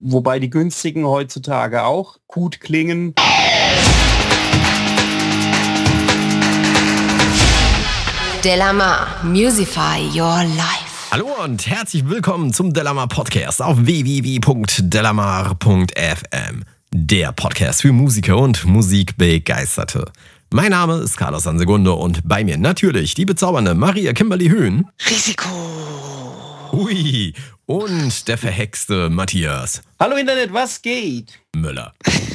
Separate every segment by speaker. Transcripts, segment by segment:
Speaker 1: wobei die günstigen heutzutage auch gut klingen.
Speaker 2: Delamar, Musify Your Life.
Speaker 3: Hallo und herzlich willkommen zum Delamar Podcast auf www.delamar.fm. Der Podcast für Musiker und Musikbegeisterte. Mein Name ist Carlos Sansegunde und bei mir natürlich die bezaubernde Maria Kimberly Höhn.
Speaker 4: Risiko.
Speaker 3: Ui, und der verhexte Matthias.
Speaker 1: Hallo Internet, was geht?
Speaker 3: Müller.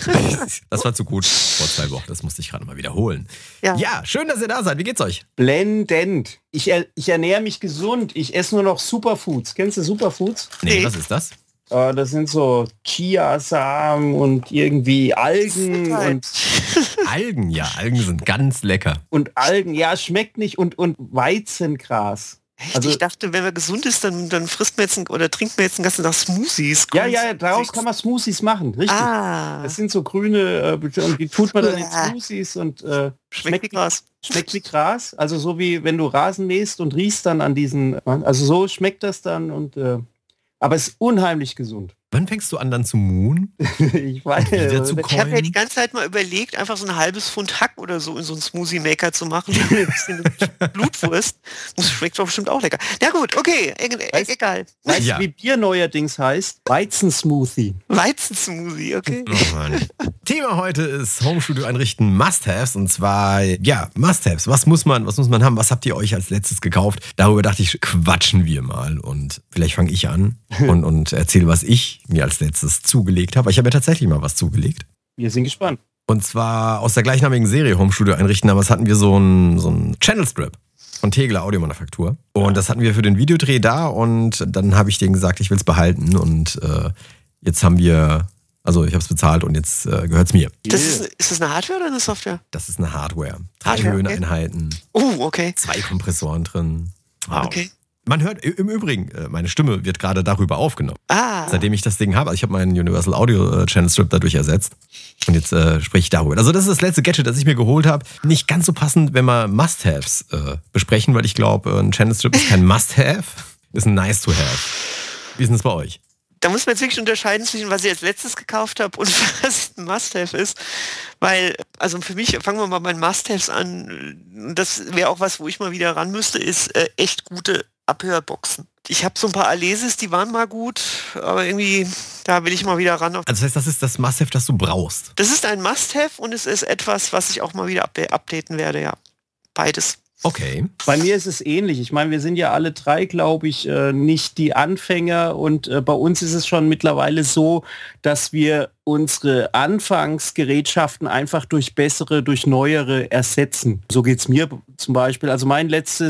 Speaker 3: Das war zu gut vor 2 Wochen, das musste ich gerade mal wiederholen. Ja, schön, dass ihr da seid. Wie geht's euch?
Speaker 1: Blendend. Ich ernähre mich gesund. Ich esse nur noch Superfoods. Kennst du Superfoods?
Speaker 3: Nee, was ist das?
Speaker 1: Das sind so Chiasamen und irgendwie Algen. Und
Speaker 3: Algen, ja. Algen sind ganz lecker.
Speaker 1: Und Algen, ja, schmeckt nicht. Und Weizengras.
Speaker 4: Echt? Also, ich dachte, wenn man gesund ist, dann frisst man jetzt oder trinkt man jetzt den ganzen Tag Smoothies.
Speaker 1: Ja, daraus kann man Smoothies machen, richtig. Das sind so grüne, und die tut man dann in Smoothies und
Speaker 4: schmeckt wie Gras.
Speaker 1: Schmeckt wie Gras, also so wie wenn du Rasen mähst und riechst dann an diesen, also so schmeckt das dann und aber es ist unheimlich gesund.
Speaker 3: Wann fängst du an dann zu muhen?
Speaker 1: Ich weiß.
Speaker 4: Ich habe ja die ganze Zeit mal überlegt, einfach so ein halbes Pfund Hack oder so in so einen Smoothie-Maker zu machen. Ein bisschen Blutwurst. Das schmeckt doch bestimmt auch lecker. Na gut, okay, egal.
Speaker 1: Weißt du, wie Bier neuerdings heißt? Weizensmoothie.
Speaker 4: Weizensmoothie, okay.
Speaker 3: Oh Mann. Thema heute ist Homestudio einrichten Must-Haves. Und zwar, Must-Haves. Was muss man haben? Was habt ihr euch als letztes gekauft? Darüber dachte ich, quatschen wir mal. Und vielleicht fange ich an und erzähle, was ich mir als letztes zugelegt habe. Ich habe mir tatsächlich mal was zugelegt.
Speaker 1: Wir sind gespannt.
Speaker 3: Und zwar aus der gleichnamigen Serie Homestudio einrichten. Damals hatten wir so einen Channel Strip von Tegler Audiomanufaktur. Und das hatten wir für den Videodreh da. Und dann habe ich denen gesagt, ich will es behalten. Und jetzt haben wir... Also ich habe es bezahlt und jetzt gehört es mir.
Speaker 4: Ist das eine Hardware oder eine Software?
Speaker 3: Das ist eine Hardware. 3 Höheneinheiten.
Speaker 4: Okay.
Speaker 3: 2 Kompressoren drin.
Speaker 4: Wow. Okay.
Speaker 3: Man hört im Übrigen, meine Stimme wird gerade darüber aufgenommen. Seitdem ich das Ding habe. Also ich habe meinen Universal Audio Channel Strip dadurch ersetzt. Und jetzt spreche ich darüber. Also das ist das letzte Gadget, das ich mir geholt habe. Nicht ganz so passend, wenn wir Must-Haves besprechen, weil ich glaube, ein Channel Strip ist kein Must-Have, ist ein Nice-to-Have. Wie ist denn das bei euch?
Speaker 4: Da muss man jetzt wirklich unterscheiden zwischen, was ich als letztes gekauft habe und was ein Must-Have ist. Weil, also für mich, fangen wir mal bei den Must-Haves an, das wäre auch was, wo ich mal wieder ran müsste, ist echt gute Abhörboxen. Ich habe so ein paar Alesis, die waren mal gut, aber irgendwie, da will ich mal wieder ran.
Speaker 3: Also das heißt, das ist das Must-Have, das du brauchst?
Speaker 4: Das ist ein Must-Have und es ist etwas, was ich auch mal wieder updaten werde, ja. Beides.
Speaker 3: Okay.
Speaker 1: Bei mir ist es ähnlich. Ich meine, wir sind ja alle 3, glaube ich, nicht die Anfänger und bei uns ist es schon mittlerweile so, dass wir unsere Anfangsgerätschaften einfach durch bessere, durch neuere ersetzen. So geht's mir zum Beispiel. Also meine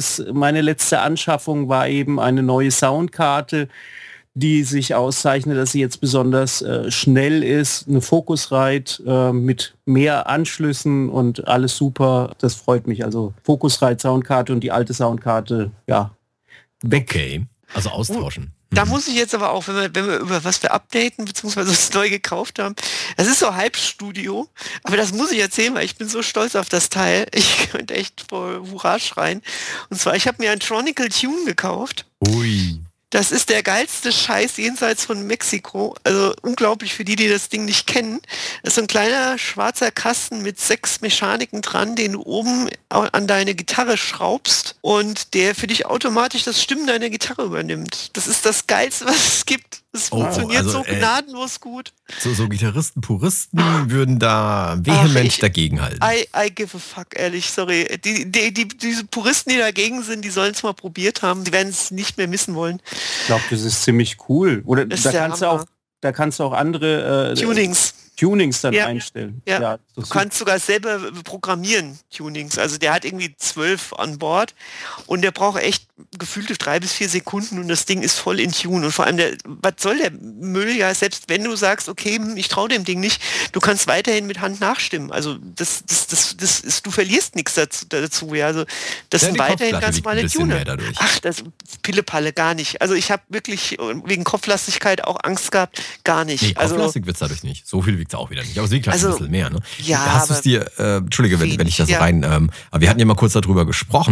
Speaker 1: letzte Anschaffung war eben eine neue Soundkarte, die sich auszeichnet, dass sie jetzt besonders schnell ist, eine Focusrite mit mehr Anschlüssen und alles super. Das freut mich. Also Focusrite Soundkarte und die alte Soundkarte, weg.
Speaker 3: Okay, also austauschen.
Speaker 4: Da muss ich jetzt aber auch, wenn wir über was wir updaten, beziehungsweise was neu gekauft haben, das ist so Halbstudio, aber das muss ich erzählen, weil ich bin so stolz auf das Teil. Ich könnte echt vor Hurra schreien. Und zwar, ich habe mir ein Tronical Tune gekauft.
Speaker 3: Ui.
Speaker 4: Das ist der geilste Scheiß jenseits von Mexiko. Also unglaublich für die das Ding nicht kennen. Das ist so ein kleiner schwarzer Kasten mit 6 Mechaniken dran, den du oben an deine Gitarre schraubst und der für dich automatisch das Stimmen deiner Gitarre übernimmt. Das ist das Geilste, was es gibt. Das funktioniert so gnadenlos gut.
Speaker 3: So Gitarristen, Puristen würden da vehement dagegenhalten.
Speaker 4: I give a fuck, ehrlich, sorry. Diese Puristen, die dagegen sind, die sollen es mal probiert haben. Die werden es nicht mehr missen wollen.
Speaker 1: Ich glaube, das ist ziemlich cool. Oder da kannst du auch andere Tunings dann einstellen.
Speaker 4: Ja. Du kannst sogar selber programmieren, Tunings. Also der hat irgendwie 12 an Bord und der braucht echt gefühlte 3 bis 4 Sekunden und das Ding ist voll in Tune. Und vor allem, was soll der Müll ja, selbst wenn du sagst, okay, ich traue dem Ding nicht, du kannst weiterhin mit Hand nachstimmen. Also das ist, du verlierst nichts dazu. Ja. Also das sind weiterhin ganz normale Tuner. Ach, das Pillepalle, gar nicht. Also ich habe wirklich wegen Kopflastigkeit auch Angst gehabt, gar nicht.
Speaker 3: Nee, kopflastig wird es dadurch nicht. So viel wiegt es auch wieder nicht. Aber es wiegt halt ein bisschen mehr. Ne?
Speaker 4: Ja,
Speaker 3: hast du es dir, Entschuldige, wenn ich das aber wir hatten ja mal kurz darüber gesprochen,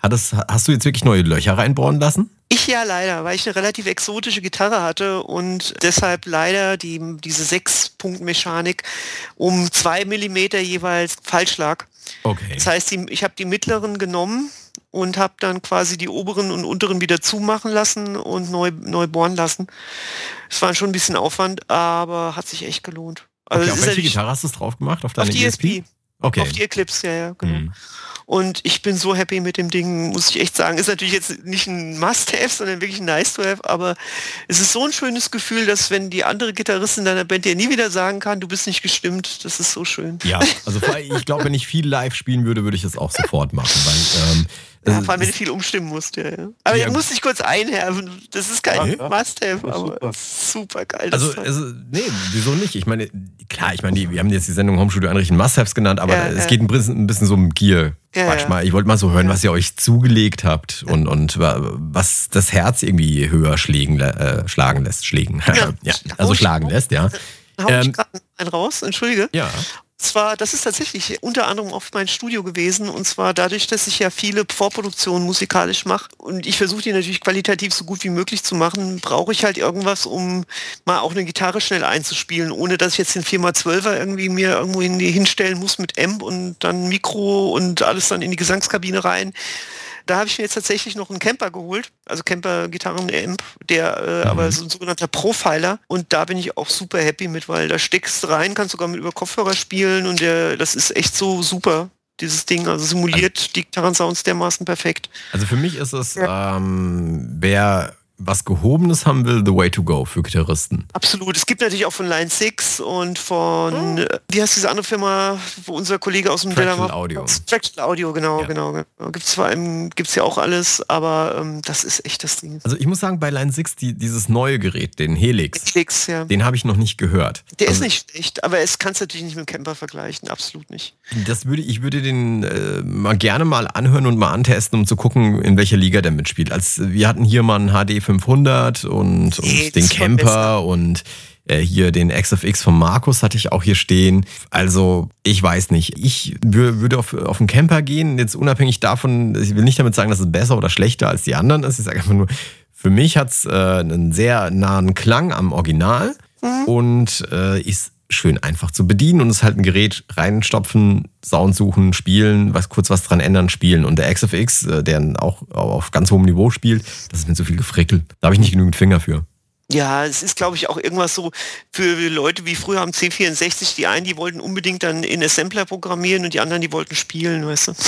Speaker 3: Hast du jetzt wirklich neue Löcher reinbohren lassen?
Speaker 4: Ich ja leider, weil ich eine relativ exotische Gitarre hatte und deshalb leider diese 6-Punkt-Mechanik um 2 Millimeter jeweils falsch lag.
Speaker 3: Okay.
Speaker 4: Das heißt, ich habe die mittleren genommen und habe dann quasi die oberen und unteren wieder zumachen lassen und neu bohren lassen. Es war schon ein bisschen Aufwand, aber hat sich echt gelohnt. Also
Speaker 3: Okay, auf welche Gitarre hast du es drauf gemacht? Auf deine
Speaker 4: die ESP.
Speaker 3: Okay.
Speaker 4: Auf die Eclipse, ja, genau. Und ich bin so happy mit dem Ding, muss ich echt sagen. Ist natürlich jetzt nicht ein Must-Have, sondern wirklich ein Nice-to-Have, aber es ist so ein schönes Gefühl, dass wenn die andere Gitarristin deiner Band dir nie wieder sagen kann, du bist nicht gestimmt, das ist so schön.
Speaker 3: Ja, also ich glaube, wenn ich viel live spielen würde, würde ich das auch sofort machen, weil
Speaker 4: vor allem, wenn du viel umstimmen musst, ja. Aber ich muss dich kurz einhärven. Das ist kein Must-Have, aber super geil.
Speaker 3: Nee, wieso nicht? Ich meine, klar, wir haben jetzt die Sendung Home Studio einrichten Must-Haves genannt, aber es geht ein bisschen so um Gear. Quatsch mal. Ich wollte mal so hören, was ihr euch zugelegt habt und was das Herz irgendwie höher schlagen lässt. Schlagen lässt, ja.
Speaker 4: Hau ich gerade einen raus, entschuldige.
Speaker 3: Ja.
Speaker 4: Zwar, das ist tatsächlich unter anderem auf mein Studio gewesen, und zwar dadurch, dass ich ja viele Vorproduktionen musikalisch mache und ich versuche die natürlich qualitativ so gut wie möglich zu machen, brauche ich halt irgendwas, um mal auch eine Gitarre schnell einzuspielen, ohne dass ich jetzt den 4x12er irgendwie mir irgendwo hinstellen muss mit Amp und dann Mikro und alles dann in die Gesangskabine rein. Da habe ich mir jetzt tatsächlich noch einen Camper geholt, also Camper-Gitarren-Amp, der aber so ein sogenannter Profiler, und da bin ich auch super happy mit, weil da steckst rein, kannst sogar mit über Kopfhörer spielen und das ist echt so super, dieses Ding, also simuliert die Gitarrensounds dermaßen perfekt.
Speaker 3: Also für mich ist es, wer was Gehobenes haben will, the way to go für Gitarristen.
Speaker 4: Absolut. Es gibt natürlich auch von Line 6 und von, wie heißt diese andere Firma, wo unser Kollege aus dem
Speaker 3: Fractal Audio.
Speaker 4: Fractal Audio, genau. Gibt's ja auch alles, aber das ist echt das Ding.
Speaker 3: Also ich muss sagen, bei Line 6, dieses neue Gerät, den Helix,
Speaker 4: ja.
Speaker 3: Den habe ich noch nicht gehört.
Speaker 4: Der ist nicht schlecht, aber es kannst du natürlich nicht mit dem Camper vergleichen, absolut nicht.
Speaker 3: Ich würde den mal gerne mal anhören und mal antesten, um zu gucken, in welcher Liga der mitspielt. Wir hatten hier mal einen HD 500 und den Camper und hier den XFX von Markus hatte ich auch hier stehen. Also ich weiß nicht. Ich würde auf einen Camper gehen, jetzt unabhängig davon, ich will nicht damit sagen, dass es besser oder schlechter als die anderen ist. Ich sage einfach nur, für mich hat es einen sehr nahen Klang am Original und ist schön einfach zu bedienen und es ist halt ein Gerät reinstopfen, Sound suchen, spielen, kurz was dran ändern, spielen. Und der XFX, der auch auf ganz hohem Niveau spielt, das ist mir zu viel Gefrickel. Da habe ich nicht genügend Finger für.
Speaker 4: Ja, es ist, glaube ich, auch irgendwas so für Leute wie früher am C64, die einen, die wollten unbedingt dann in Assembler programmieren und die anderen, die wollten spielen, weißt du?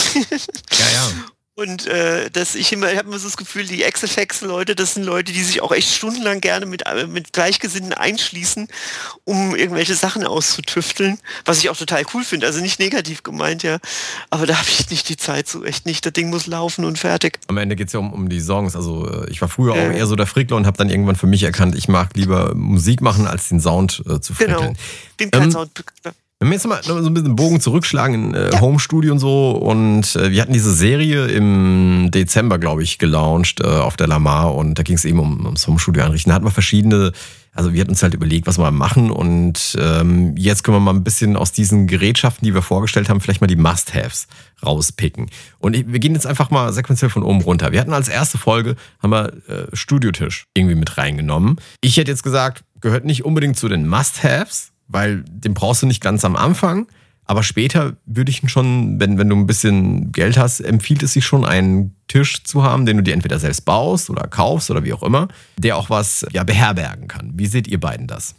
Speaker 3: Ja.
Speaker 4: Und ich habe immer so das Gefühl, die XFX-Leute, das sind Leute, die sich auch echt stundenlang gerne mit Gleichgesinnten einschließen, um irgendwelche Sachen auszutüfteln, was ich auch total cool finde, also nicht negativ gemeint, ja, aber da habe ich nicht die Zeit, so echt nicht, das Ding muss laufen und fertig.
Speaker 3: Am Ende geht es ja um die Songs, also ich war früher auch eher so der Frickler und habe dann irgendwann für mich erkannt, ich mag lieber Musik machen, als den Sound zu frickeln.
Speaker 4: Genau, bin kein Sound.
Speaker 3: Wenn wir jetzt mal so ein bisschen Bogen zurückschlagen in Home Studio und so, und wir hatten diese Serie im Dezember, glaube ich, gelauncht auf der Lamar, und da ging es eben ums Home Studio einrichten. Da hatten wir verschiedene, also wir hatten uns halt überlegt, was wir machen, und jetzt können wir mal ein bisschen aus diesen Gerätschaften, die wir vorgestellt haben, vielleicht mal die Must-Haves rauspicken. Und wir gehen jetzt einfach mal sequenziell von oben runter. Wir hatten als erste Folge, haben wir Studiotisch irgendwie mit reingenommen. Ich hätte jetzt gesagt, gehört nicht unbedingt zu den Must-Haves, weil den brauchst du nicht ganz am Anfang, aber später würde ich ihn schon, wenn du ein bisschen Geld hast, empfiehlt es sich schon, einen Tisch zu haben, den du dir entweder selbst baust oder kaufst oder wie auch immer, der auch was beherbergen kann. Wie seht ihr beiden das?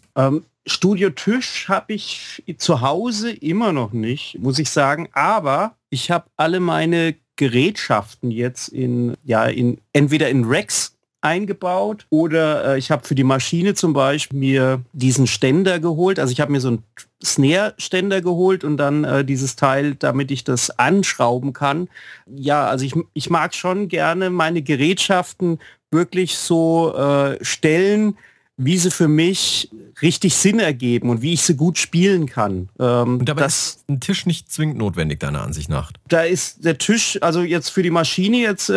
Speaker 1: Studiotisch habe ich zu Hause immer noch nicht, muss ich sagen, aber ich habe alle meine Gerätschaften jetzt entweder in Racks eingebaut oder ich habe für die Maschine zum Beispiel mir diesen Ständer geholt. Also ich habe mir so einen Snare-Ständer geholt und dann dieses Teil, damit ich das anschrauben kann. Ja, also ich mag schon gerne meine Gerätschaften wirklich so stellen, wie sie für mich richtig Sinn ergeben und wie ich sie gut spielen kann.
Speaker 3: Und dabei ist ein Tisch nicht zwingend notwendig, deiner Ansicht nach?
Speaker 1: Da ist der Tisch, also jetzt für die Maschine jetzt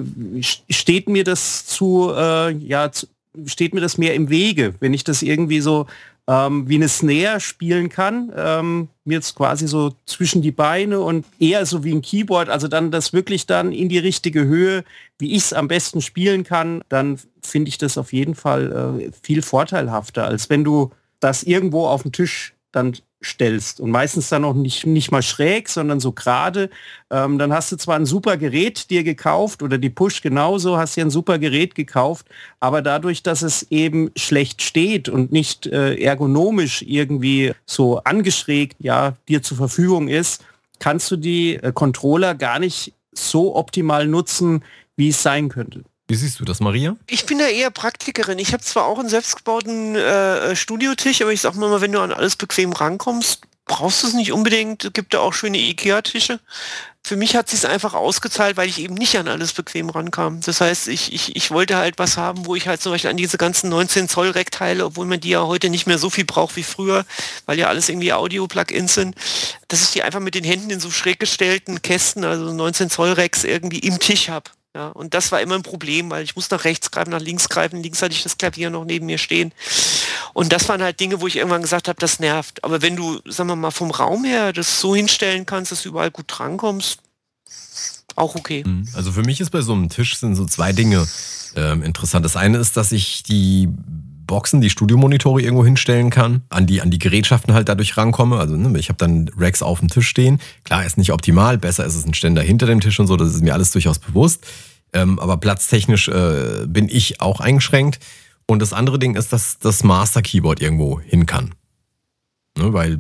Speaker 1: steht mir das mehr im Wege, wenn ich das irgendwie so wie eine Snare spielen kann, jetzt quasi so zwischen die Beine und eher so wie ein Keyboard, also dann das wirklich dann in die richtige Höhe, wie ich es am besten spielen kann, dann finde ich das auf jeden Fall viel vorteilhafter, als wenn du das irgendwo auf den Tisch dann stellst und meistens dann auch nicht mal schräg, sondern so gerade. Dann hast du zwar ein super Gerät dir gekauft oder die Push genauso, hast dir ein super Gerät gekauft, aber dadurch, dass es eben schlecht steht und nicht ergonomisch irgendwie so angeschrägt dir zur Verfügung ist, kannst du die Controller gar nicht so optimal nutzen, wie es sein könnte.
Speaker 3: Wie siehst du das, Maria?
Speaker 4: Ich bin da eher Praktikerin. Ich habe zwar auch einen selbstgebauten Studiotisch, aber ich sag mal, wenn du an alles bequem rankommst, brauchst du es nicht unbedingt. Es gibt da auch schöne Ikea-Tische. Für mich hat es sich einfach ausgezahlt, weil ich eben nicht an alles bequem rankam. Das heißt, ich wollte halt was haben, wo ich halt zum Beispiel an diese ganzen 19 Zoll Rackteile, obwohl man die ja heute nicht mehr so viel braucht wie früher, weil ja alles irgendwie Audio-Plugins sind, dass ich die einfach mit den Händen in so schräg gestellten Kästen, also 19 Zoll Racks irgendwie im Tisch habe. Ja, und das war immer ein Problem, weil ich muss nach rechts greifen, nach links greifen. Links hatte ich das Klavier noch neben mir stehen. Und das waren halt Dinge, wo ich irgendwann gesagt habe, das nervt. Aber wenn du, sagen wir mal, vom Raum her das so hinstellen kannst, dass du überall gut drankommst, auch okay.
Speaker 3: Also für mich ist bei so einem Tisch sind so zwei Dinge interessant. Das eine ist, dass ich die Boxen, die Studiomonitore irgendwo hinstellen kann, an die Gerätschaften halt dadurch rankomme. Also ich habe dann Racks auf dem Tisch stehen. Klar, ist nicht optimal, besser ist es ein Ständer hinter dem Tisch und so, das ist mir alles durchaus bewusst. Aber platztechnisch bin ich auch eingeschränkt. Und das andere Ding ist, dass das Master Keyboard irgendwo hin kann. Ne, weil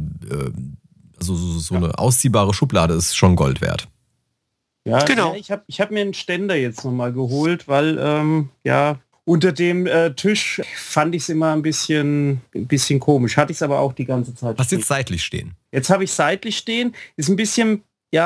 Speaker 3: so eine ausziehbare Schublade ist schon Gold wert.
Speaker 1: Ja,
Speaker 4: genau.
Speaker 1: Ja, ich hab mir einen Ständer jetzt nochmal geholt, weil unter dem Tisch fand ich es immer ein bisschen komisch. Hatte ich es aber auch die ganze Zeit.
Speaker 3: Hast du jetzt seitlich stehen?
Speaker 1: Jetzt habe ich seitlich stehen. Ist ein bisschen,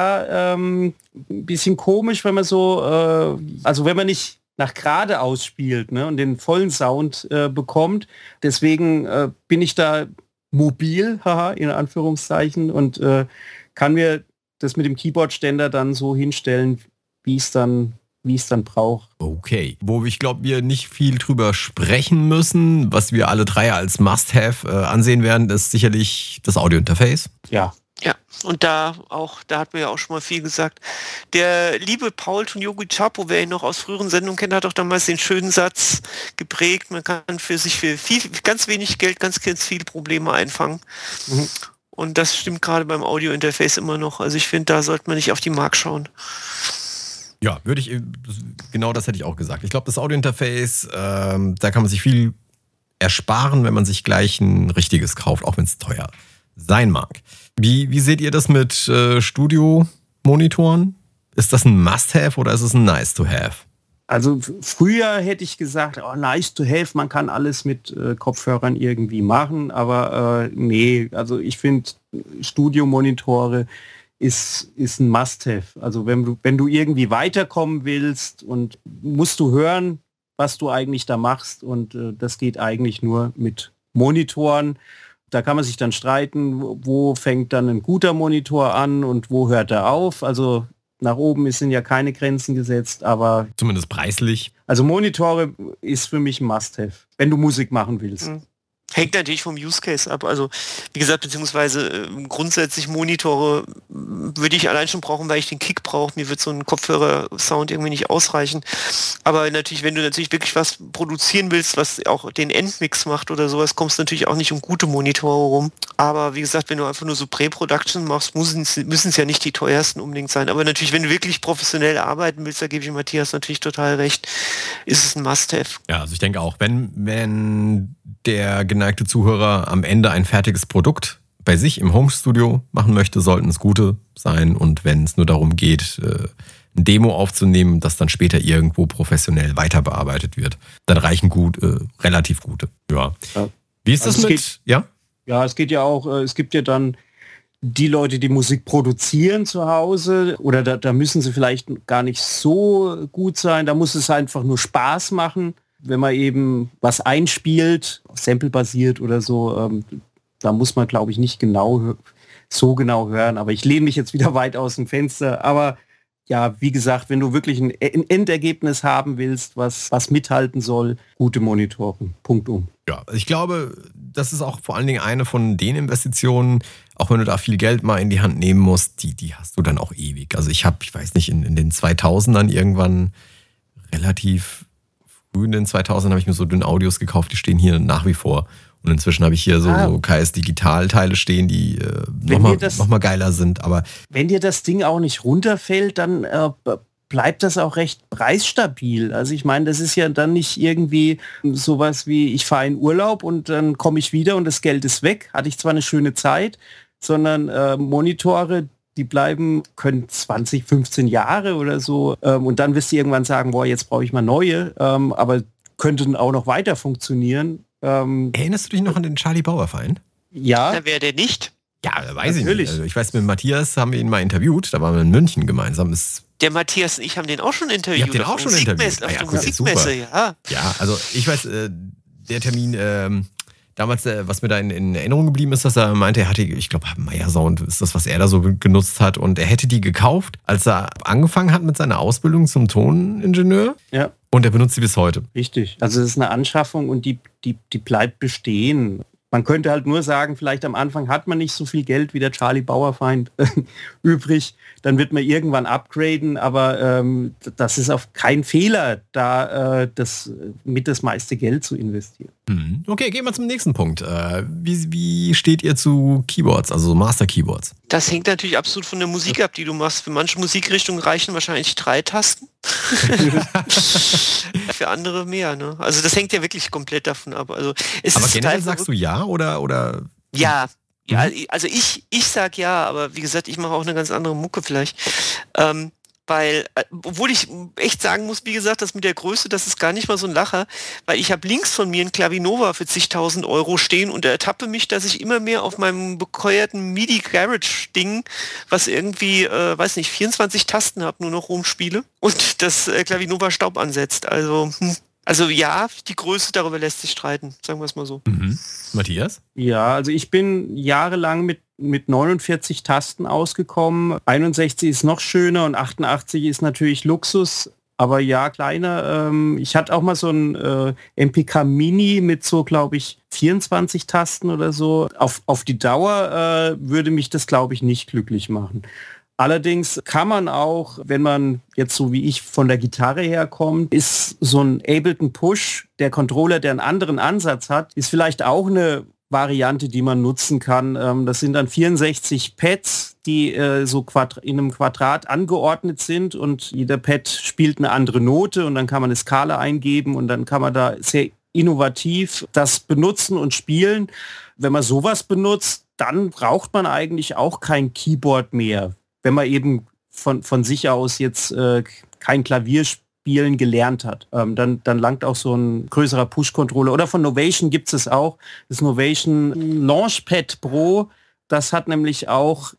Speaker 1: ein bisschen komisch, wenn man so, also wenn man nicht nach gerade ausspielt, ne, und den vollen Sound bekommt. Deswegen bin ich da mobil, haha, in Anführungszeichen, und kann mir das mit dem Keyboard-Ständer dann so hinstellen, wie es dann braucht.
Speaker 3: Okay. Wo ich glaube, wir nicht viel drüber sprechen müssen, was wir alle drei als Must-Have ansehen werden, ist sicherlich das Audio-Interface.
Speaker 1: Ja.
Speaker 4: Ja, und da hat man ja auch schon mal viel gesagt. Der liebe Paul Tunyogi Chapo, wer ihn noch aus früheren Sendungen kennt, hat doch damals den schönen Satz geprägt, man kann für ganz wenig Geld ganz viele Probleme einfangen. Mhm. Und das stimmt gerade beim Audio-Interface immer noch. Also ich finde, da sollte man nicht auf die Mark schauen.
Speaker 3: Ja, genau das hätte ich auch gesagt. Ich glaube, das Audio-Interface, da kann man sich viel ersparen, wenn man sich gleich ein richtiges kauft, auch wenn es teuer sein mag. Wie seht ihr das mit Studio-Monitoren? Ist das ein Must-Have oder ist es ein Nice-to-Have?
Speaker 1: Also früher hätte ich gesagt, nice to have, man kann alles mit Kopfhörern irgendwie machen, aber nee, also ich finde Studiomonitore ist ein Must-have. Also wenn du irgendwie weiterkommen willst und musst du hören, was du eigentlich da machst, und das geht eigentlich nur mit Monitoren. Da kann man sich dann streiten, wo fängt dann ein guter Monitor an und wo hört er auf. Also nach oben sind ja keine Grenzen gesetzt, aber...
Speaker 3: Zumindest preislich.
Speaker 1: Also Monitore ist für mich ein Must-have, wenn du Musik machen willst.
Speaker 4: Mhm. Hängt natürlich vom Use Case ab. Also wie gesagt, beziehungsweise grundsätzlich Monitore würde ich allein schon brauchen, weil ich den Kick brauche. Mir wird so ein Kopfhörer-Sound irgendwie nicht ausreichen. Aber natürlich, wenn du natürlich wirklich was produzieren willst, was auch den Endmix macht oder sowas, kommst du natürlich auch nicht um gute Monitore rum. Aber wie gesagt, wenn du einfach nur so Pre-Production machst, müssen es ja nicht die teuersten unbedingt sein. Aber natürlich, wenn du wirklich professionell arbeiten willst, da gebe ich Matthias natürlich total recht, ist es ein Must-have.
Speaker 3: Ja, also ich denke auch, wenn der geneigte Zuhörer am Ende ein fertiges Produkt bei sich im Homestudio machen möchte, sollten es gute sein. Und wenn es nur darum geht, ein Demo aufzunehmen, das dann später irgendwo professionell weiter bearbeitet wird, dann reichen relativ gute. Ja. Wie ist das mit... Ja,
Speaker 1: es geht ja auch, es gibt ja dann die Leute, die Musik produzieren zu Hause, oder da müssen sie vielleicht gar nicht so gut sein, da muss es einfach nur Spaß machen. Wenn man eben was einspielt, Sample-basiert oder so, da muss man, glaube ich, nicht so genau hören. Aber ich lehne mich jetzt wieder weit aus dem Fenster. Aber ja, wie gesagt, wenn du wirklich ein Endergebnis haben willst, was mithalten soll, gute Monitoren. Punkt um.
Speaker 3: Ja, ich glaube, das ist auch vor allen Dingen eine von den Investitionen, auch wenn du da viel Geld mal in die Hand nehmen musst, die hast du dann auch ewig. Also ich weiß nicht, in den 2000ern irgendwann relativ früh in den 2000ern habe ich mir so dünne Audios gekauft, die stehen hier nach wie vor. Und inzwischen habe ich hier so KS Digital-Teile stehen, die noch mal geiler sind. Aber
Speaker 1: wenn dir das Ding auch nicht runterfällt, dann bleibt das auch recht preisstabil. Also ich meine, das ist ja dann nicht irgendwie sowas wie, ich fahre in Urlaub und dann komme ich wieder und das Geld ist weg. Hatte ich zwar eine schöne Zeit, sondern Monitore, die können 20, 15 Jahre oder so. Und dann wirst du irgendwann sagen, boah, jetzt brauche ich mal neue. Aber könnten auch noch weiter funktionieren.
Speaker 3: Erinnerst du dich noch an den Charlie Bauer Verein?
Speaker 1: Ja.
Speaker 4: Na, wer der nicht?
Speaker 3: Ja, weiß ich nicht. Also ich weiß, mit Matthias haben wir ihn mal interviewt. Da waren wir in München gemeinsam.
Speaker 4: Der Matthias und ich haben den auch schon interviewt.
Speaker 3: Ihr habt den auch schon interviewt?
Speaker 4: Auf der Musikmesse, ja.
Speaker 3: Ja, also ich weiß, der Termin, damals, was mir da in Erinnerung geblieben ist, dass er meinte, er hatte, ich glaube, Meyer Sound ist das, was er da so genutzt hat. Und er hätte die gekauft, als er angefangen hat mit seiner Ausbildung zum Toningenieur.
Speaker 1: Ja.
Speaker 3: Und er benutzt sie bis heute.
Speaker 1: Richtig. Also es ist eine Anschaffung und die bleibt bestehen. Man könnte halt nur sagen, vielleicht am Anfang hat man nicht so viel Geld wie der Charlie Bauer-Feind übrig. Dann wird man irgendwann upgraden, aber das ist auf keinen Fehler, da das meiste Geld zu investieren.
Speaker 3: Okay, gehen wir zum nächsten Punkt. Wie steht ihr zu Keyboards, also Master-Keyboards?
Speaker 4: Das hängt natürlich absolut von der Musik ab, die du machst. Für manche Musikrichtungen reichen wahrscheinlich 3 Tasten. Für andere mehr, ne? Also das hängt ja wirklich komplett davon ab. Also
Speaker 3: aber generell sagst du ja oder?
Speaker 4: Ja, also ich sag ja, aber wie gesagt, ich mache auch eine ganz andere Mucke vielleicht. Weil, obwohl ich echt sagen muss, wie gesagt, das mit der Größe, das ist gar nicht mal so ein Lacher, weil ich habe links von mir ein Clavinova für zigtausend Euro stehen und ertappe mich, dass ich immer mehr auf meinem bekäuerten MIDI-Garage-Ding, was irgendwie, 24 Tasten habe, nur noch rumspiele und das Clavinova Staub ansetzt. Also ja, die Größe, darüber lässt sich streiten, sagen wir es mal so.
Speaker 3: Matthias?
Speaker 1: Ja, also ich bin jahrelang mit 49 Tasten ausgekommen. 61 ist noch schöner und 88 ist natürlich Luxus. Aber ja, kleiner. Ich hatte auch mal so ein MPK Mini mit so, glaube ich, 24 Tasten oder so. Auf die Dauer würde mich das, glaube ich, nicht glücklich machen. Allerdings kann man auch, wenn man jetzt so wie ich von der Gitarre herkommt, ist so ein Ableton Push, der Controller, der einen anderen Ansatz hat, ist vielleicht auch eine Variante, die man nutzen kann. Das sind dann 64 Pads, die so in einem Quadrat angeordnet sind und jeder Pad spielt eine andere Note und dann kann man eine Skala eingeben und dann kann man da sehr innovativ das benutzen und spielen. Wenn man sowas benutzt, dann braucht man eigentlich auch kein Keyboard mehr. Wenn man eben von sich aus jetzt kein Klavierspielen gelernt hat. Dann langt auch so ein größerer Push-Controller. Oder von Novation gibt es auch. Das Novation Launchpad Pro, das hat nämlich auch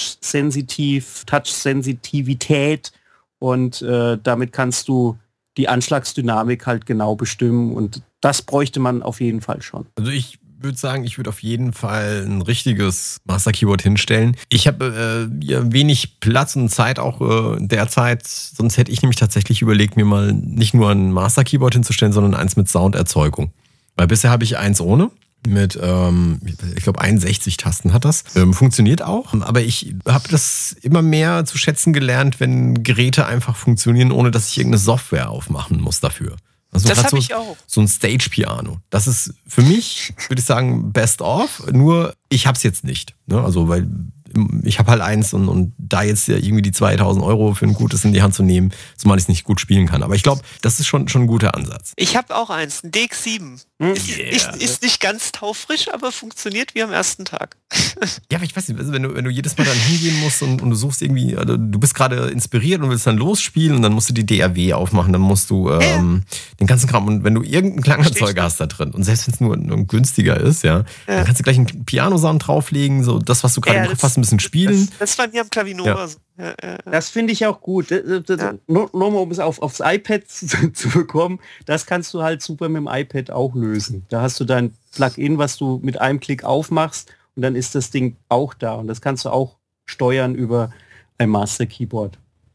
Speaker 1: Touch-Sensitivität und damit kannst du die Anschlagsdynamik halt genau bestimmen und das bräuchte man auf jeden Fall schon.
Speaker 3: Also ich würde sagen, ich würde auf jeden Fall ein richtiges Master Keyboard hinstellen. Ich habe wenig Platz und Zeit auch derzeit, sonst hätte ich nämlich tatsächlich überlegt, mir mal nicht nur ein Master Keyboard hinzustellen, sondern eins mit Sounderzeugung. Weil bisher habe ich eins ohne. Mit, ich glaube 61 Tasten hat das. Funktioniert auch, aber ich habe das immer mehr zu schätzen gelernt, wenn Geräte einfach funktionieren, ohne dass ich irgendeine Software aufmachen muss dafür. Also
Speaker 4: das habe ich auch.
Speaker 3: So ein Stage-Piano. Das ist für mich, würde ich sagen, best of. Nur ich habe es jetzt nicht. Ne? Also weil ich habe halt eins und da jetzt ja irgendwie die 2000 Euro für ein gutes in die Hand zu nehmen, zumal ich es nicht gut spielen kann. Aber ich glaube, das ist schon ein guter Ansatz.
Speaker 4: Ich habe auch eins, ein DX7. Ist nicht ganz taufrisch, aber funktioniert wie am ersten Tag.
Speaker 3: Ja, aber ich weiß nicht, also wenn du jedes Mal dann hingehen musst und du suchst irgendwie, also du bist gerade inspiriert und willst dann losspielen und dann musst du die DAW aufmachen, dann musst du den ganzen Kram, und wenn du irgendeinen Klangerzeuger hast da drin und selbst wenn es nur günstiger ist, dann kannst du gleich einen Piano-Sound drauflegen, so das, was du gerade im Kopf hast, ein bisschen spielen.
Speaker 4: Das war mir am Clavinova so.
Speaker 1: Das finde ich auch gut. Nur mal, um es aufs iPad zu bekommen, das kannst du halt super mit dem iPad auch lösen. Da hast du dein Plugin, was du mit einem Klick aufmachst und dann ist das Ding auch da. Und das kannst du auch steuern über ein Master Keyboard.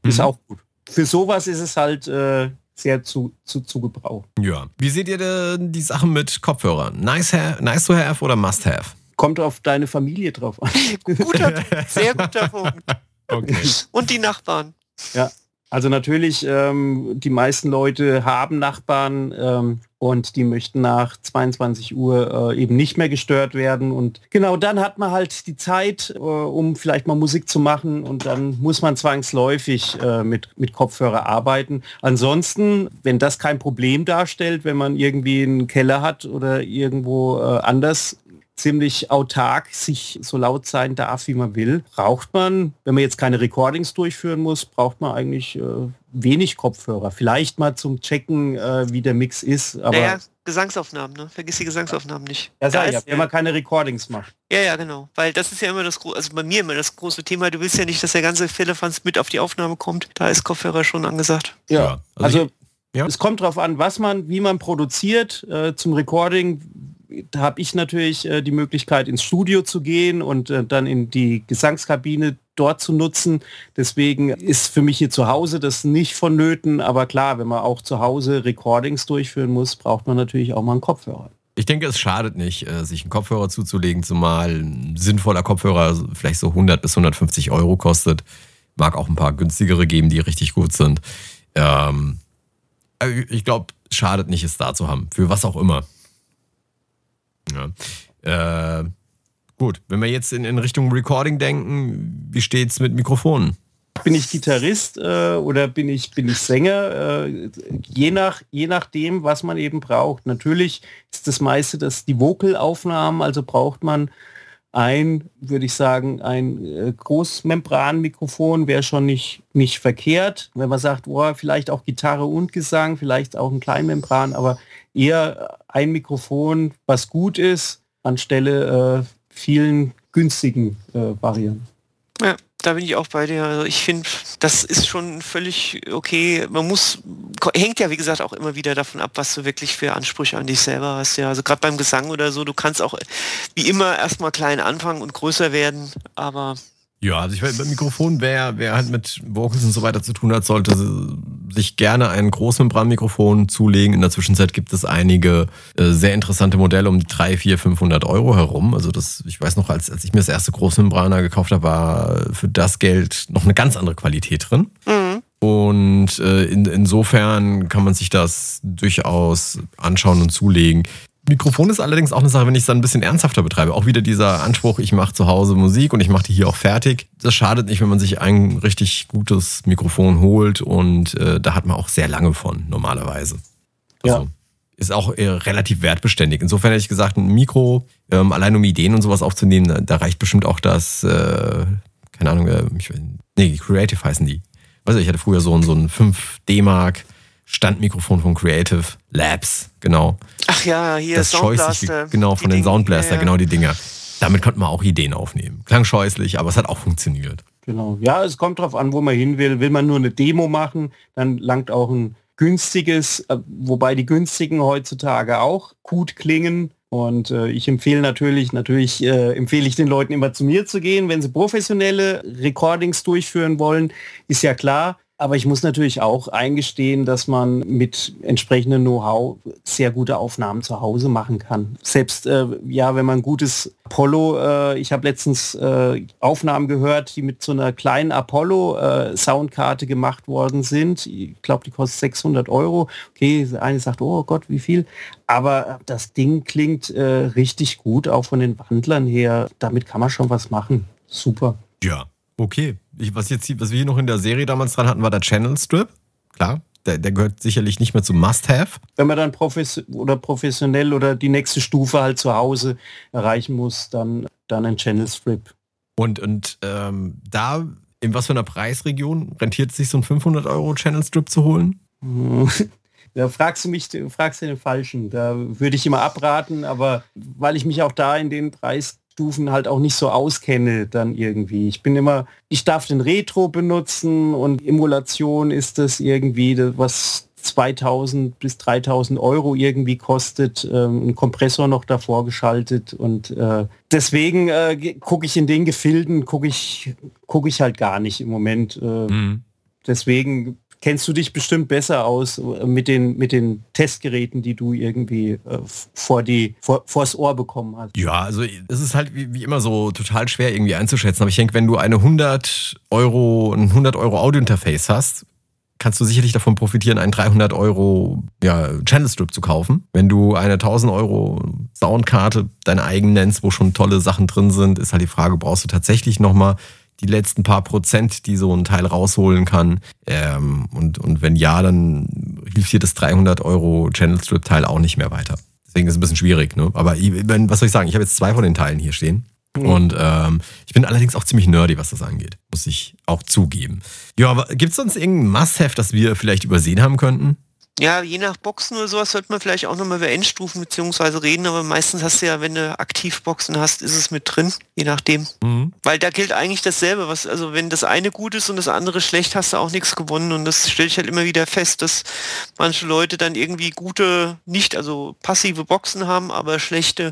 Speaker 1: Ist auch gut. Für sowas ist es halt sehr zu gebrauchen.
Speaker 3: Ja. Wie seht ihr denn die Sachen mit Kopfhörern? Nice to have oder must have?
Speaker 1: Kommt auf deine Familie drauf an.
Speaker 4: Sehr guter Punkt.
Speaker 3: Okay.
Speaker 4: Und die Nachbarn.
Speaker 1: Ja, also natürlich, die meisten Leute haben Nachbarn und die möchten nach 22 Uhr eben nicht mehr gestört werden. Und genau dann hat man halt die Zeit, um vielleicht mal Musik zu machen, und dann muss man zwangsläufig mit Kopfhörer arbeiten. Ansonsten, wenn das kein Problem darstellt, wenn man irgendwie einen Keller hat oder irgendwo anders ziemlich autark sich so laut sein darf, wie man will, braucht man, wenn man jetzt keine Recordings durchführen muss, braucht man eigentlich wenig Kopfhörer. Vielleicht mal zum Checken, wie der Mix ist. Aber
Speaker 4: naja, Gesangsaufnahmen, ne? Vergiss die Gesangsaufnahmen nicht.
Speaker 1: ja, wenn man keine Recordings macht.
Speaker 4: Ja, genau. Weil das ist ja immer also bei mir immer das große Thema. Du willst ja nicht, dass der ganze Firlefanz mit auf die Aufnahme kommt. Da ist Kopfhörer schon angesagt.
Speaker 1: Ja, also es kommt drauf an, wie man produziert. Zum Recording da habe ich natürlich die Möglichkeit, ins Studio zu gehen und dann in die Gesangskabine dort zu nutzen. Deswegen ist für mich hier zu Hause das nicht vonnöten. Aber klar, wenn man auch zu Hause Recordings durchführen muss, braucht man natürlich auch mal einen Kopfhörer.
Speaker 3: Ich denke, es schadet nicht, sich einen Kopfhörer zuzulegen, zumal ein sinnvoller Kopfhörer vielleicht so 100 bis 150 Euro kostet. Mag auch ein paar günstigere geben, die richtig gut sind. Ich glaube, es schadet nicht, es da zu haben. Für was auch immer. Ja. Gut, wenn wir jetzt in Richtung Recording denken, wie steht's mit Mikrofonen?
Speaker 1: Bin ich Gitarrist oder bin ich Sänger? Je nachdem, was man eben braucht. Natürlich ist das meiste die Vocalaufnahmen, also braucht man ein Großmembranmikrofon, wäre schon nicht verkehrt. Wenn man sagt, vielleicht auch Gitarre und Gesang, vielleicht auch ein Kleinmembran, aber eher ein Mikrofon, was gut ist, anstelle vielen günstigen Varianten.
Speaker 4: Ja, da bin ich auch bei dir. Also ich finde, das ist schon völlig okay. Hängt ja wie gesagt auch immer wieder davon ab, was du wirklich für Ansprüche an dich selber hast. Ja, also gerade beim Gesang oder so, du kannst auch wie immer erstmal klein anfangen und größer werden, aber
Speaker 3: ja, also ich weiß, beim Mikrofon, wer halt mit Vocals und so weiter zu tun hat, sollte sich gerne ein Großmembranmikrofon zulegen. In der Zwischenzeit gibt es einige sehr interessante Modelle um 300, 400, 500 Euro herum. Also ich weiß noch, als ich mir das erste Großmembraner gekauft habe, war für das Geld noch eine ganz andere Qualität drin. Mhm. Und insofern kann man sich das durchaus anschauen und zulegen. Mikrofon ist allerdings auch eine Sache, wenn ich es dann ein bisschen ernsthafter betreibe. Auch wieder dieser Anspruch, ich mache zu Hause Musik und ich mache die hier auch fertig. Das schadet nicht, wenn man sich ein richtig gutes Mikrofon holt und da hat man auch sehr lange von, normalerweise. Also ist auch relativ wertbeständig. Insofern hätte ich gesagt, ein Mikro, allein um Ideen und sowas aufzunehmen, da reicht bestimmt auch das, keine Ahnung, Creative heißen die. Also ich hatte früher so ein 5 D-Mark Standmikrofon von Creative Labs, genau.
Speaker 4: Ach ja, hier
Speaker 3: das
Speaker 4: Soundblaster.
Speaker 3: Genau, von den Soundblaster, genau die Dinger. Damit konnte man auch Ideen aufnehmen. Klang scheußlich, aber es hat auch funktioniert.
Speaker 1: Genau, ja, es kommt drauf an, wo man hin will. Will man nur eine Demo machen, dann langt auch ein günstiges, wobei die günstigen heutzutage auch gut klingen. Und ich empfehle natürlich empfehle ich den Leuten immer zu mir zu gehen, wenn sie professionelle Recordings durchführen wollen, ist ja klar. Aber ich muss natürlich auch eingestehen, dass man mit entsprechendem Know-how sehr gute Aufnahmen zu Hause machen kann. Selbst wenn man ein gutes Apollo, ich habe letztens Aufnahmen gehört, die mit so einer kleinen Apollo-Soundkarte gemacht worden sind. Ich glaube, die kostet 600 Euro. Okay, der eine sagt, oh Gott, wie viel? Aber das Ding klingt richtig gut, auch von den Wandlern her. Damit kann man schon was machen. Super.
Speaker 3: Ja. Okay, was wir hier noch in der Serie damals dran hatten, war der Channel Strip. Klar, der gehört sicherlich nicht mehr zu Must-Have.
Speaker 1: Wenn man dann professionell oder die nächste Stufe halt zu Hause erreichen muss, dann ein Channel Strip.
Speaker 3: Und da, in was für einer Preisregion rentiert es sich so ein 500 Euro Channel Strip zu holen?
Speaker 1: Da fragst du den Falschen. Da würde ich immer abraten, aber weil ich mich auch da in den Preisstufen halt auch nicht so auskenne dann irgendwie. Ich darf den Retro benutzen und Emulation ist das irgendwie, was 2000 bis 3000 Euro irgendwie kostet, ein Kompressor noch davor geschaltet und deswegen gucke ich in den Gefilden, gucke ich halt gar nicht im Moment. deswegen kennst du dich bestimmt besser aus mit den Testgeräten, die du irgendwie vors Ohr bekommen hast.
Speaker 3: Ja, also es ist halt wie immer so total schwer irgendwie einzuschätzen. Aber ich denke, wenn du ein 100 Euro Audio-Interface hast, kannst du sicherlich davon profitieren, einen 300 Euro Channel Strip zu kaufen. Wenn du eine 1000 Euro Soundkarte deine eigen nennst, wo schon tolle Sachen drin sind, ist halt die Frage, brauchst du tatsächlich nochmal die letzten paar Prozent, die so ein Teil rausholen kann. Und wenn ja, dann hilft dir das 300 Euro Channel Strip Teil auch nicht mehr weiter. Deswegen ist es ein bisschen schwierig. Ne? Aber was soll ich sagen, ich habe jetzt 2 von den Teilen hier stehen. Und ich bin allerdings auch ziemlich nerdy, was das angeht. Muss ich auch zugeben. Ja, aber gibt es sonst irgendein Must-Have, das wir vielleicht übersehen haben könnten?
Speaker 4: Ja, je nach Boxen oder sowas sollte man vielleicht auch nochmal über Endstufen beziehungsweise reden, aber meistens hast du ja, wenn du Aktivboxen hast, ist es mit drin, je nachdem. Weil da gilt eigentlich dasselbe, also wenn das eine gut ist und das andere schlecht, hast du auch nichts gewonnen und das stelle ich halt immer wieder fest, dass manche Leute dann irgendwie gute, also passive Boxen haben, aber eine schlechte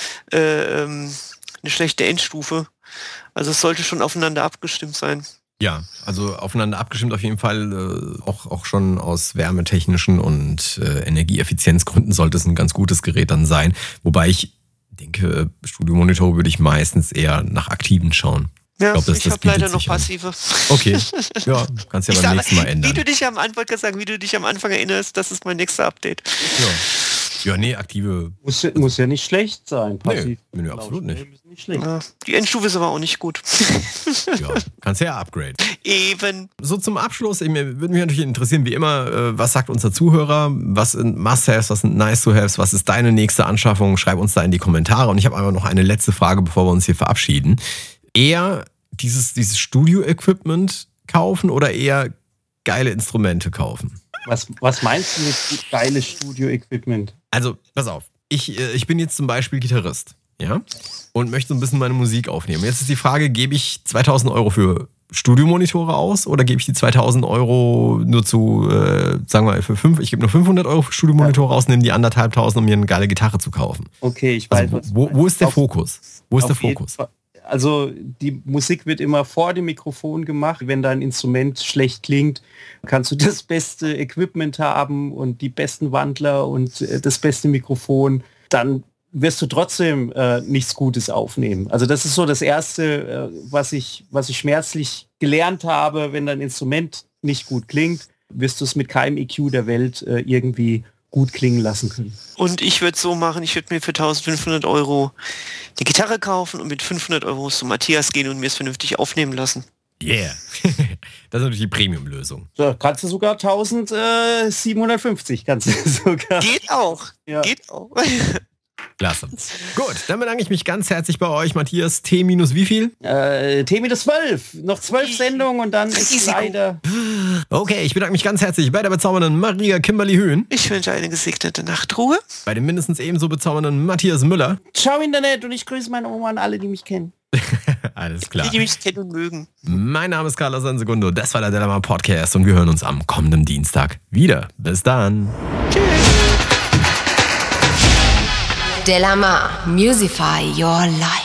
Speaker 4: Endstufe. Also es sollte schon aufeinander abgestimmt sein.
Speaker 3: Ja, also aufeinander abgestimmt auf jeden Fall, auch schon aus wärmetechnischen und Energieeffizienzgründen sollte es ein ganz gutes Gerät dann sein. Wobei ich denke, Studiomonitore würde ich meistens eher nach aktiven schauen.
Speaker 4: Ja, ich habe leider noch passive.
Speaker 3: Okay, ja, kannst ja beim nächsten Mal ändern.
Speaker 4: Wie du dich am Anfang erinnerst, das ist mein nächster Update.
Speaker 3: Ja, nee, aktive...
Speaker 1: Muss ja nicht schlecht sein.
Speaker 3: Passiv. Nee, absolut nicht.
Speaker 4: Ja, die Endstufe ist aber auch nicht gut.
Speaker 3: Ja, kannst ja upgraden.
Speaker 4: Eben.
Speaker 3: So zum Abschluss, würde mich natürlich interessieren, wie immer, was sagt unser Zuhörer? Was sind Must-Haves, was sind Nice-to-Haves? Was ist deine nächste Anschaffung? Schreib uns da in die Kommentare. Und ich habe aber noch eine letzte Frage, bevor wir uns hier verabschieden. Eher dieses Studio-Equipment kaufen oder eher geile Instrumente kaufen?
Speaker 1: Was meinst du mit geiles Studio-Equipment?
Speaker 3: Also, pass auf. Ich bin jetzt zum Beispiel Gitarrist, ja? Und möchte so ein bisschen meine Musik aufnehmen. Jetzt ist die Frage, gebe ich 2000 Euro für Studiomonitore aus oder gebe ich die 2000 Euro nur zu, sagen wir mal, ich gebe nur 500 Euro für Studiomonitore aus, nehme die 1500, um mir eine geile Gitarre zu kaufen.
Speaker 1: Okay, ich weiß.
Speaker 3: Also, wo ist der Fokus? Wo ist der Fokus?
Speaker 1: Also die Musik wird immer vor dem Mikrofon gemacht. Wenn dein Instrument schlecht klingt, kannst du das beste Equipment haben und die besten Wandler und das beste Mikrofon. Dann wirst du trotzdem nichts Gutes aufnehmen. Also das ist so das Erste, was ich schmerzlich gelernt habe. Wenn dein Instrument nicht gut klingt, wirst du es mit keinem EQ der Welt irgendwie gut klingen lassen können.
Speaker 4: Und ich würde so machen, ich würde mir für 1500 Euro die Gitarre kaufen und mit 500 Euro zu Matthias gehen und mir es vernünftig aufnehmen lassen.
Speaker 3: Yeah. Das ist natürlich die Premium-Lösung.
Speaker 1: So, kannst du sogar 1750, kannst du sogar.
Speaker 4: Geht auch.
Speaker 1: Ja.
Speaker 4: Geht auch.
Speaker 3: Klasse. Gut, dann bedanke ich mich ganz herzlich bei euch, Matthias. T- wie viel?
Speaker 1: T-12. Noch 12 Sendungen und dann ist leider...
Speaker 3: Okay, ich bedanke mich ganz herzlich bei der bezaubernden Maria Kimberly Hühn.
Speaker 4: Ich wünsche eine gesegnete Nachtruhe.
Speaker 3: Bei dem mindestens ebenso bezaubernden Matthias Müller.
Speaker 1: Ciao Internet und ich grüße meine Oma und alle, die mich kennen.
Speaker 3: Alles klar.
Speaker 4: Die mich kennen und mögen.
Speaker 3: Mein Name ist Carlos Sansegundo. Das war der Delamar Podcast und wir hören uns am kommenden Dienstag wieder. Bis dann.
Speaker 4: Tschüss.
Speaker 2: Delamar, Musify Your Life.